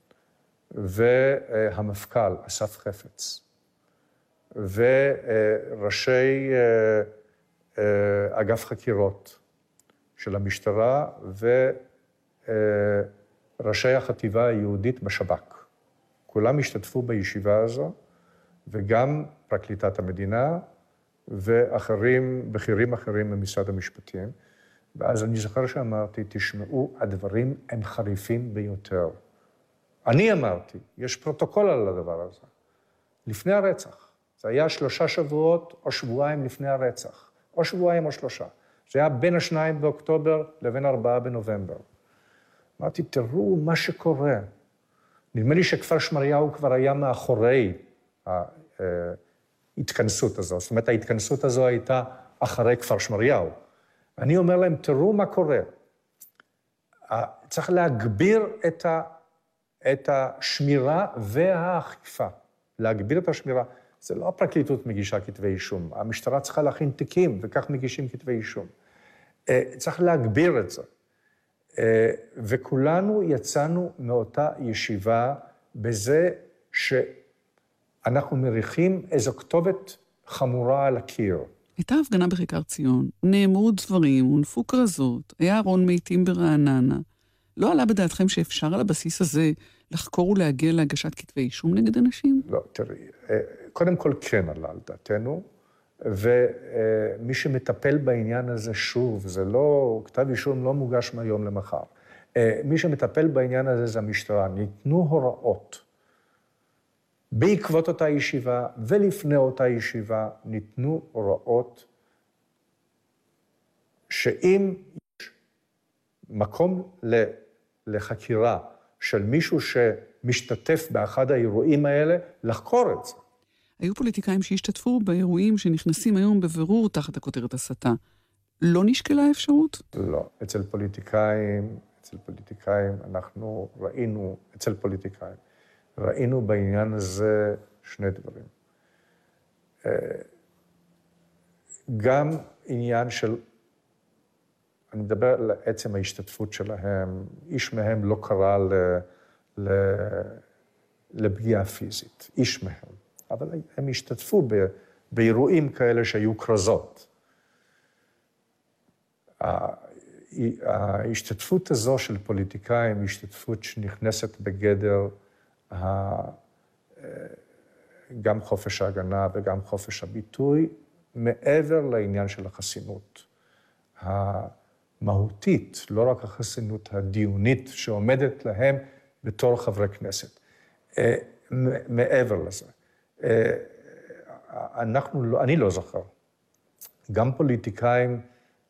והמפכ"ל, אסף חפץ, וראשי אגף חקירות של המשטרה, וראשי החטיבה היהודית בשב"כ. כולם השתתפו בישיבה הזו, וגם פרקליטת המדינה, ואחרים, בכירים אחרים ממשרד המשפטים. ואז אני זוכר שאמרתי, תשמעו, הדברים הם חריפים ביותר. אני אמרתי, יש פרוטוקול על הדבר הזה, לפני הרצח. זה היה שלושה שבועות או שבועיים לפני הרצח, או שבועיים או שלושה. זה היה בין השניים באוקטובר לבין ארבעה בנובמבר. אמרתי, תראו מה שקורה. נדמה לי שכפר שמריהו כבר היה מאחורי ההתכנסות הזו. זאת אומרת, ההתכנסות הזו הייתה אחרי כפר שמריהו. אני אומר להם, תראו מה קורה. צריך להגביר את, ה, את השמירה והאכיפה. להגביר את השמירה. זה לא הפרקליטות מגישה כתבי אישום. המשטרה צריכה להכין תיקים, וכך מגישים כתבי אישום. צריך להגביר את זה. וכולנו יצאנו מאותה ישיבה בזה שאנחנו מריחים איזו כתובת חמורה על הקיר. הייתה הפגנה בכיכר ציון, נאמרו דברים, הונפו כרזות, היה ארון מתים ברעננה. לא עלה בדעתכם שאפשר על הבסיס הזה לחקור ולהגיע להגשת כתבי אישום נגד אנשים? לא, תראי, קודם כל כן עלה על דעתנו, ומי שמטפל בעניין הזה שוב, זה לא, כתב אישום לא מוגש מהיום למחר. מי שמטפל בעניין הזה זה המשטרה. ניתנו הוראות. בעקבות אותה ישיבה ולפני אותה ישיבה ניתנו הוראות שאם יש מקום לחקירה של מישהו שמשתתף באחד האירועים האלה, לחקור את זה. היו פוליטיקאים שהשתתפו באירועים שנכנסים היום בבירור תחת הכותרת הסתה. לא נשקלה האפשרות? לא. אצל פוליטיקאים, אצל פוליטיקאים אנחנו ראינו, אצל פוליטיקאים, ראינו בעניין הזה שני דברים. גם עניין של, אני מדבר על עצם ההשתתפות שלהם, איש מהם לא קרא ל, ל, לפגיעה פיזית, איש מהם. אבל הם השתתפו ב, באירועים כאלה שהיו כרזות. ההשתתפות הזו של פוליטיקאים היא השתתפות שנכנסת בגדר גם חופש ההגנה וגם חופש הביטוי, מעבר לעניין של החסינות המהותית, לא רק החסינות הדיונית שעומדת להם בתור חברי כנסת. מעבר לזה. אנחנו, אני לא זוכר. גם פוליטיקאים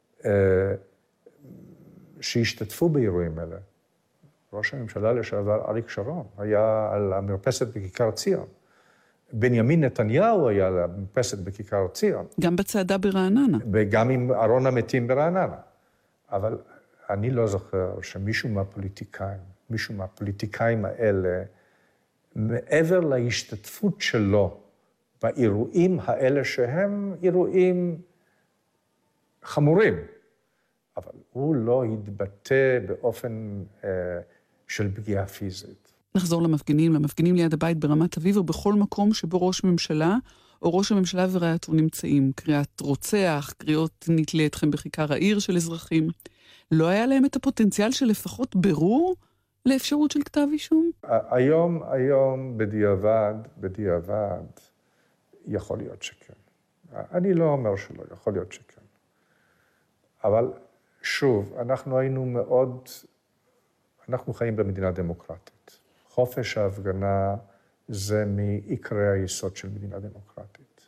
שהשתתפו באירועים האלה, ראש הממשלה לשעבר אריק שרון היה על המרפסת בכיכר ציון. בנימין נתניהו היה על המרפסת בכיכר ציון. גם בצעדה ברעננה. וגם עם ארון המתים ברעננה. אבל אני לא זוכר שמישהו מהפוליטיקאים, מישהו מהפוליטיקאים האלה, מעבר להשתתפות שלו באירועים האלה שהם אירועים חמורים, אבל הוא לא התבטא באופן אה, של פגיעה פיזית. נחזור למפגינים, למפגינים ליד הבית ברמת אביב, או בכל מקום שבו ראש ממשלה, או ראש הממשלה ורעייתו נמצאים. קריאת רוצח, קריאות נתלה אתכם בכיכר העיר של אזרחים. לא היה להם את הפוטנציאל של לפחות ברור לאפשרות של כתב אישום? היום, היום בדיעבד, בדיעבד, יכול להיות שכן. אני לא אומר שלא, יכול להיות שכן. אבל שוב, אנחנו היינו מאוד, אנחנו חיים במדינה דמוקרטית. חופש ההפגנה זה מעיקרי היסוד של מדינה דמוקרטית.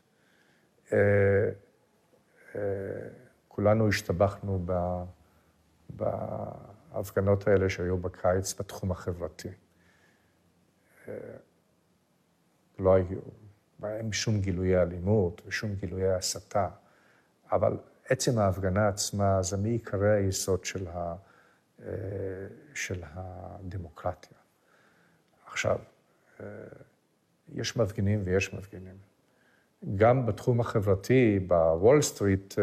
כולנו השתבחנו בהפגנות האלה שהיו בקיץ בתחום החברתי. לא היו בהם שום גילויי אלימות ושום גילויי הסתה, אבל עצם ההפגנה עצמה זה מעיקרי היסוד של, ה, של הדמוקרטיה. עכשיו, יש מפגינים ויש מפגינים. גם בתחום החברתי, בוול סטריט,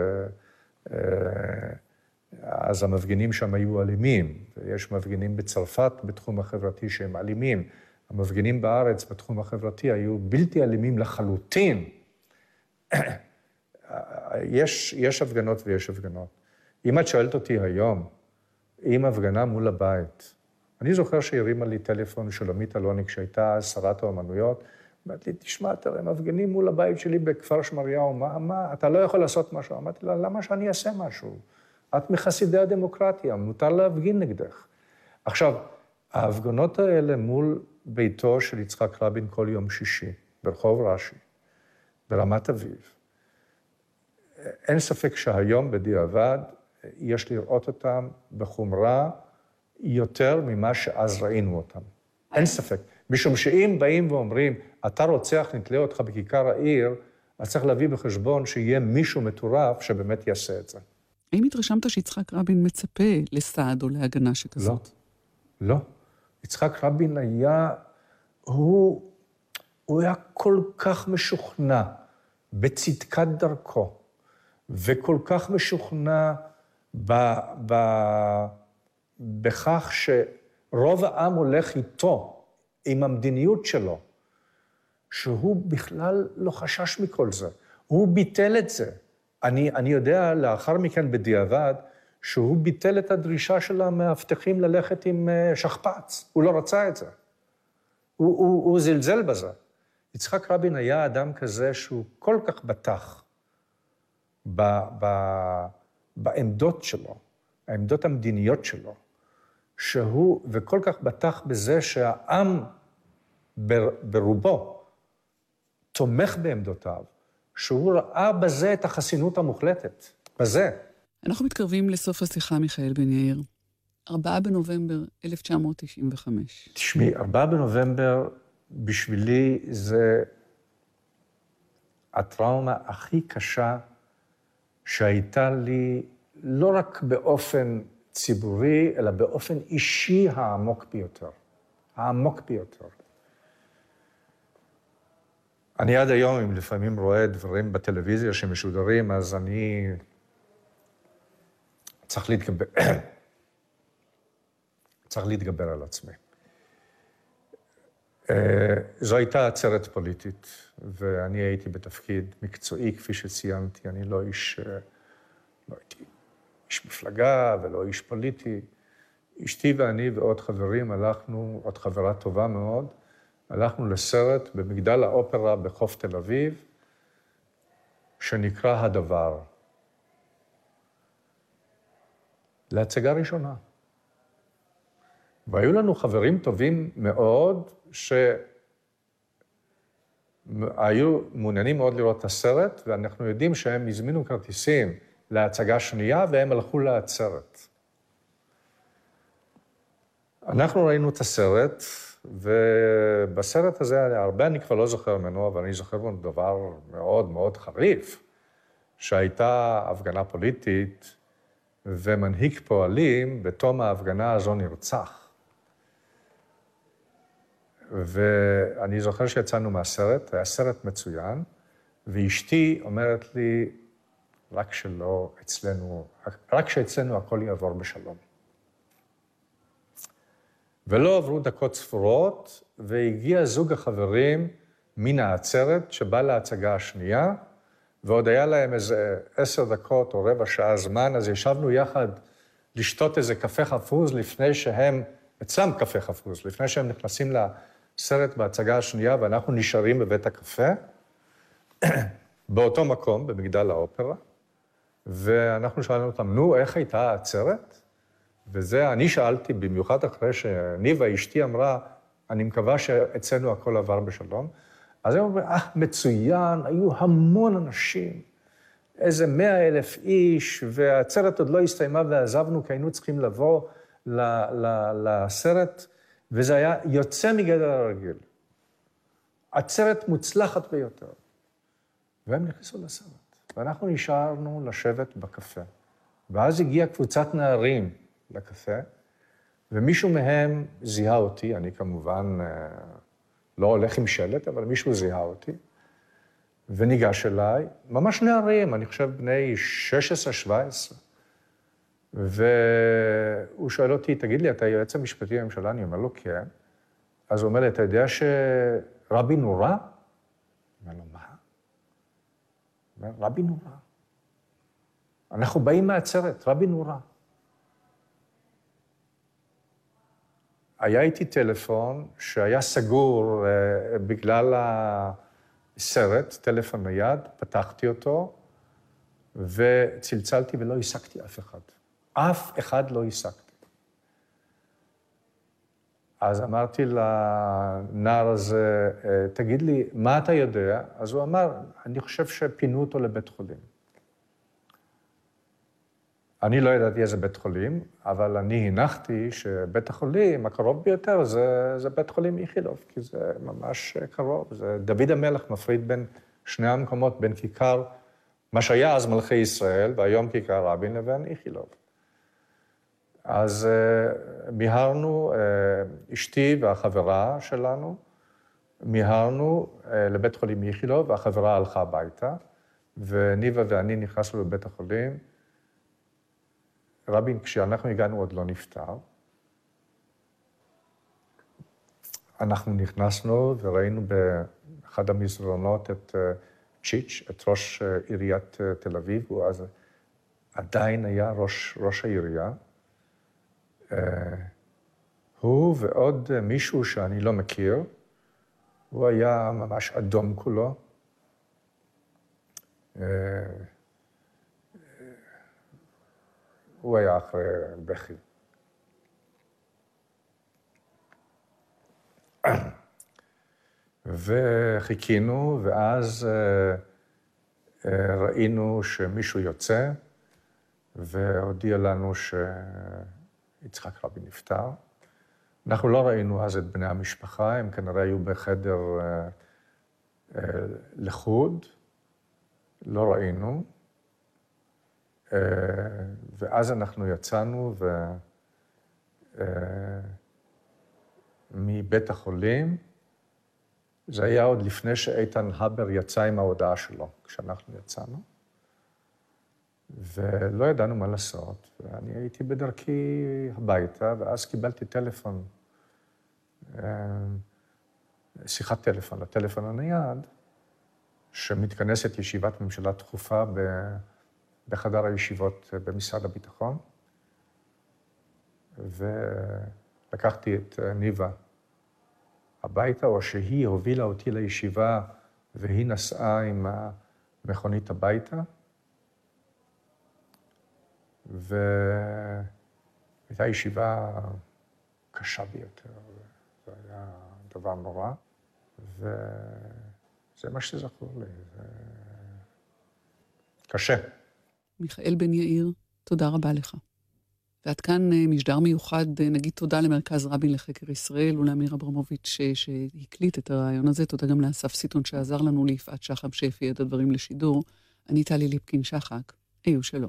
אז המפגינים שם היו אלימים, ויש מפגינים בצרפת בתחום החברתי שהם אלימים. המפגינים בארץ בתחום החברתי היו בלתי אלימים לחלוטין. יש, יש הפגנות ויש הפגנות. אם את שואלת אותי היום, אם הפגנה מול הבית, אני זוכר שהרימה לי טלפון שולמית אלוני, כשהייתה שרת האומנויות, אמרתי לי, תשמע, תראה, הם מפגינים מול הבית שלי בכפר שמריהו, מה, מה, אתה לא יכול לעשות משהו? אמרתי לה, למה שאני אעשה משהו? את מחסידי הדמוקרטיה, מותר להפגין נגדך. עכשיו, ההפגנות האלה מול ביתו של יצחק רבין כל יום שישי, ברחוב רש"י, ברמת אביב, אין ספק שהיום בדיעבד יש לראות אותם בחומרה יותר ממה שאז ראינו אותם. אין ספק. משום שאם באים ואומרים, אתה רוצח, נתלה אותך בכיכר העיר, אז צריך להביא בחשבון שיהיה מישהו מטורף שבאמת יעשה את זה. האם התרשמת שיצחק רבין מצפה לסעד או להגנה שכזאת? לא, לא. יצחק רבין היה, הוא, הוא היה כל כך משוכנע בצדקת דרכו, וכל כך משוכנע ב, ב, בכך שרוב העם הולך איתו, עם המדיניות שלו, שהוא בכלל לא חשש מכל זה. הוא ביטל את זה. אני, אני יודע לאחר מכן בדיעבד, שהוא ביטל את הדרישה של המאבטחים ללכת עם שכפ"ץ. הוא לא רצה את זה. הוא, הוא, הוא זלזל בזה. יצחק רבין היה אדם כזה שהוא כל כך בטח ב, ב, בעמדות שלו, העמדות המדיניות שלו, שהוא, וכל כך בטח בזה שהעם ברובו תומך בעמדותיו, שהוא ראה בזה את החסינות המוחלטת, בזה. אנחנו מתקרבים לסוף השיחה, מיכאל בן יאיר. ארבעה בנובמבר אלף תשע מאות תשעים וחמש. תשמעי, ארבעה בנובמבר בשבילי זה הטראומה הכי קשה שהייתה לי, לא רק באופן ציבורי, אלא באופן אישי העמוק ביותר. העמוק ביותר. אני עד היום, אם לפעמים רואה דברים בטלוויזיה שמשודרים, אז אני צריך להתגבר, צריך להתגבר על עצמי. זו הייתה עצרת פוליטית, ואני הייתי בתפקיד מקצועי, כפי שציינתי, אני לא איש, לא הייתי איש מפלגה ולא איש פוליטי. אשתי ואני ועוד חברים הלכנו, עוד חברה טובה מאוד, הלכנו לסרט במגדל האופרה בחוף תל אביב, שנקרא הדבר. להצגה ראשונה. והיו לנו חברים טובים מאוד, שהיו מעוניינים מאוד לראות את הסרט, ואנחנו יודעים שהם הזמינו כרטיסים להצגה שנייה, והם הלכו לעצרת. אנחנו ראינו את הסרט, ובסרט הזה, הרבה אני כבר לא זוכר ממנו, אבל אני זוכר ממנו דבר מאוד מאוד חריף, שהייתה הפגנה פוליטית, ומנהיג פועלים, בתום ההפגנה הזו נרצח. ואני זוכר שיצאנו מהסרט, היה סרט מצוין, ואשתי אומרת לי, רק שלא אצלנו, רק שאצלנו הכל יעבור בשלום. ולא עברו דקות ספורות, והגיע זוג החברים מן העצרת, שבא להצגה השנייה, ועוד היה להם איזה עשר דקות או רבע שעה זמן, אז ישבנו יחד לשתות איזה קפה חפוז לפני שהם, אצלם קפה חפוז, לפני שהם נכנסים לסרט בהצגה השנייה, ואנחנו נשארים בבית הקפה, באותו מקום, במגדל האופרה, ואנחנו שאלנו אותם, נו, איך הייתה העצרת? וזה, אני שאלתי, במיוחד אחרי שניבה, אשתי אמרה, אני מקווה שאצלנו הכל עבר בשלום, אז הם אומרים, אה, מצוין, היו המון אנשים, איזה מאה אלף איש, והעצרת עוד לא הסתיימה ועזבנו, כי היינו צריכים לבוא לסרט, וזה היה יוצא מגדר הרגיל. עצרת מוצלחת ביותר. והם נכנסו לסרט, ואנחנו נשארנו לשבת בקפה. ואז הגיעה קבוצת נערים לקפה, ומישהו מהם זיהה אותי, אני כמובן לא הולך עם שלט, אבל מישהו זיהה אותי, וניגש אליי, ממש נערים, אני חושב בני שש עשרה שבע עשרה, והוא שואל אותי, תגיד לי, אתה היועץ המשפטי לממשלה? אני אומר לו, כן. אז הוא אומר לי, אתה יודע שרבין נורא? אני אומר לו, מה? הוא אומר, רבין נורא. אנחנו באים מהעצרת, רבין נורא. היה איתי טלפון שהיה סגור uh, בגלל הסרט, טלפון נייד, פתחתי אותו, וצלצלתי ולא השגתי אף אחד. אף אחד לא השגתי. אז אמרתי לנער הזה, תגיד לי, מה אתה יודע? אז הוא אמר, אני חושב שפינו אותו לבית חולים. אני לא ידעתי איזה בית חולים, אבל אני הנחתי שבית החולים הקרוב ביותר זה, זה בית חולים איכילוב, כי זה ממש קרוב. זה דוד המלך מפריד בין שני המקומות, בין כיכר, מה שהיה אז מלכי ישראל, והיום כיכר רבין, לבין איכילוב. אז uh, מיהרנו, uh, אשתי והחברה שלנו, מיהרנו uh, לבית חולים איכילוב, והחברה הלכה הביתה, וניבה ואני נכנסנו לבית החולים, רבין, כשאנחנו הגענו, עוד לא נפטר. אנחנו נכנסנו וראינו באחד המסדרונות את צ'יץ', את ראש עיריית תל אביב, הוא אז עדיין היה ראש, ראש העירייה. הוא ועוד מישהו שאני לא מכיר, הוא היה ממש אדום כולו. הוא היה אחרי בכי. וחיכינו, ואז ראינו שמישהו יוצא, והודיע לנו שיצחק רבין נפטר. אנחנו לא ראינו אז את בני המשפחה, הם כנראה היו בחדר לחוד, לא ראינו. ואז אנחנו יצאנו מבית החולים, זה היה עוד לפני שאיתן הבר יצא עם ההודעה שלו, כשאנחנו יצאנו, ולא ידענו מה לעשות, ואני הייתי בדרכי הביתה, ואז קיבלתי טלפון, שיחת טלפון, לטלפון הנייד, שמתכנסת ישיבת ממשלה דחופה ב... בחדר הישיבות במשרד הביטחון, ולקחתי את ניבה הביתה, או שהיא הובילה אותי לישיבה, והיא נסעה עם מכונית הביתה, והייתה ישיבה קשה ביותר, זה היה דבר נורא, וזה מה שזכור לי, זה קשה. מיכאל בן יאיר, תודה רבה לך. ועד כאן משדר מיוחד, נגיד תודה למרכז רבין לחקר ישראל ולאמיר אברמוביץ' שהקליט את הרעיון הזה, תודה גם לאסף סיטון שעזר לנו, ליפעת שחם שהפיע את הדברים לשידור. אני טלי ליפקין שחק, היו שלום.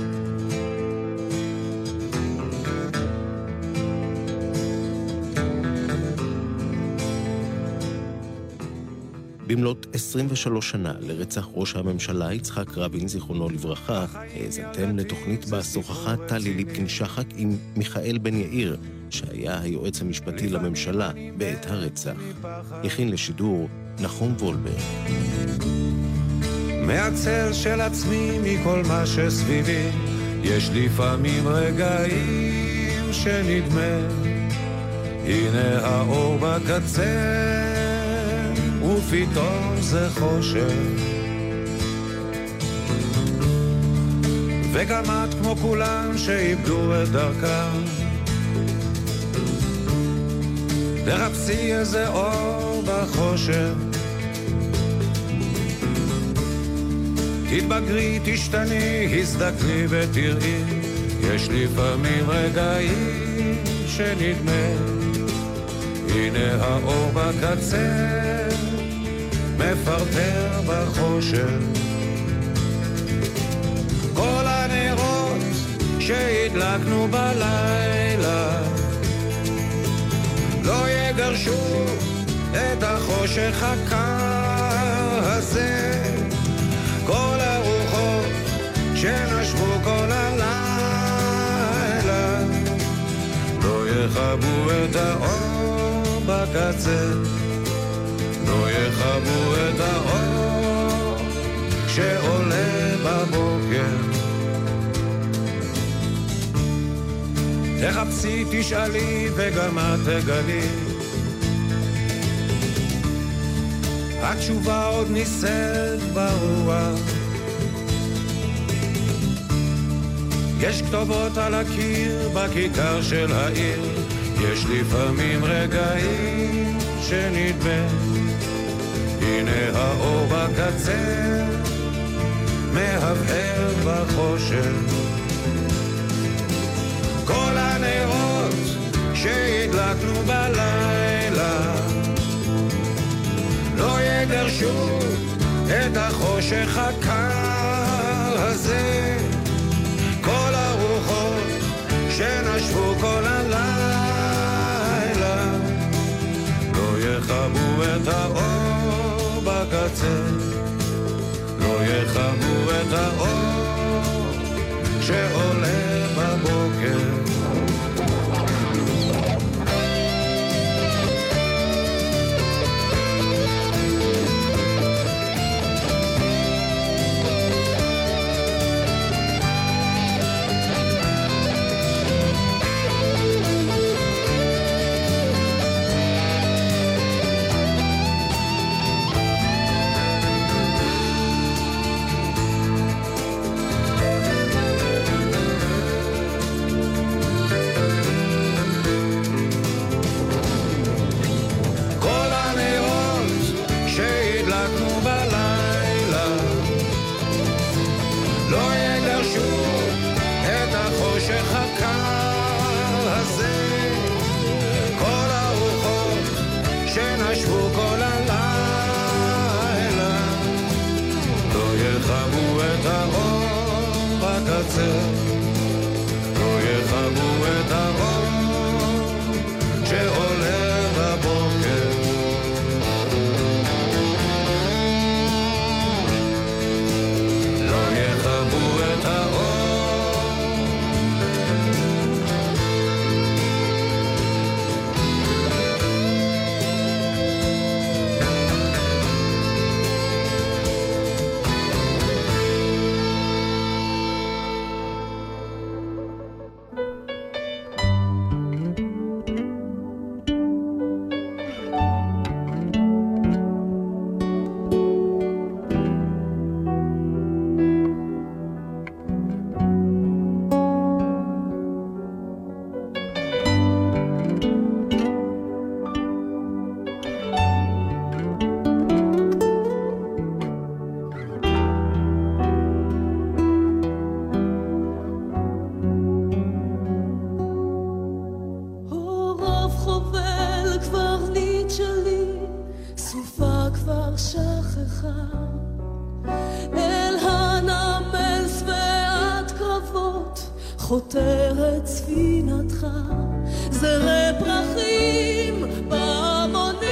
במלאת עשרים ושלוש שנה לרצח ראש הממשלה יצחק רבין זיכרונו לברכה, האזנתם לתוכנית בה שוחחה טלי ליפקין שחק עם מיכאל בן יאיר, שהיה היועץ המשפטי לממשלה בעת הרצח. הכין לשידור נחום וולברג. מהצל של עצמי מכל מה שסביבי, יש לפעמים רגעים שנדמה, הנה האור בקצה, ופתאום זה חושך, וגם את כמו כולם שאיבדו את דרכם, תחפשי איזה אור בחושך, תתבגרי, תשתני, הזדקני ותראי, יש לפעמים רגעים שנדמה, הנה האור בקצה, מפרפר בחושך, כל הנרות שהדלקנו בלילה לא יגרשו את החושך הקר הזה, כל הרוחות שנשבו כל הלילה לא יכבו את האור בקצה, לא יכבו את האור שעולה בבוקר, תחפשי, תשאלי וגם את תגלי, התשובה עוד ניסית ברוח, יש כתובות על הקיר בכיכר של העיר, יש לפעמים רגעים שנדמה, הנה האור בקצה, מהבהר בחושך, כל הנרות שהדלקנו בלילה לא יגרשו את החושך הקר הזה, כל הרוחות שנשבו כל הלילה לא יכבו את האור בקצה, לא יכבו את האור שעולה בבוקר. לא יכבו את האור שעולה בבוקר, לא יכבו את האור שכחה אל הנמל שבעת קרבות חותרת ספינתך זרי פרחים בהמונים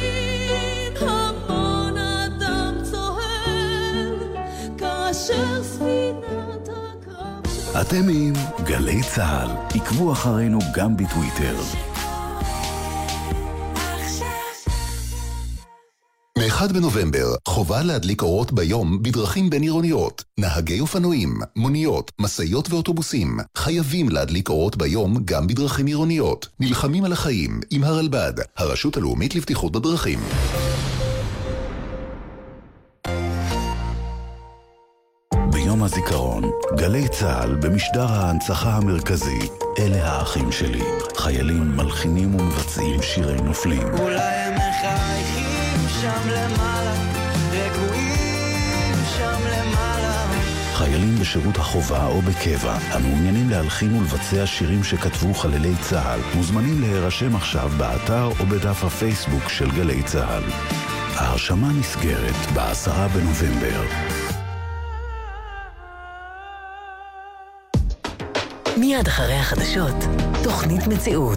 המון אדם צוהל כאשר ספינת הקרב. אתם עם גלי צהל, עקבו אחרינו גם בטוויטר. מאחד בנובמבר, חובה להדליק אורות ביום בדרכים בין עירוניות. נהגי אופנועים, מוניות, מסעיות ואוטובוסים חייבים להדליק אורות ביום גם בדרכים עירוניות. נלחמים על החיים עם הרלב"ד, הרשות הלאומית לבטיחות בדרכים. ביום הזיכרון, גלי צהל במשדר ההנצחה המרכזי, אלה האחים שלי. חיילים מלחינים ומבצעים שירי נופלים. אולי הם מחייכים שם למעלה, רגועים שם למעלה. חיילים בשירות החובה או בקבע, המעוניינים להלחין ולבצע שירים שכתבו חללי צהל, מוזמנים להירשם עכשיו באתר או בדף הפייסבוק של גלי צהל. ההרשמה נסגרת בעשרה בנובמבר. מיד אחרי החדשות, תוכנית מציאות.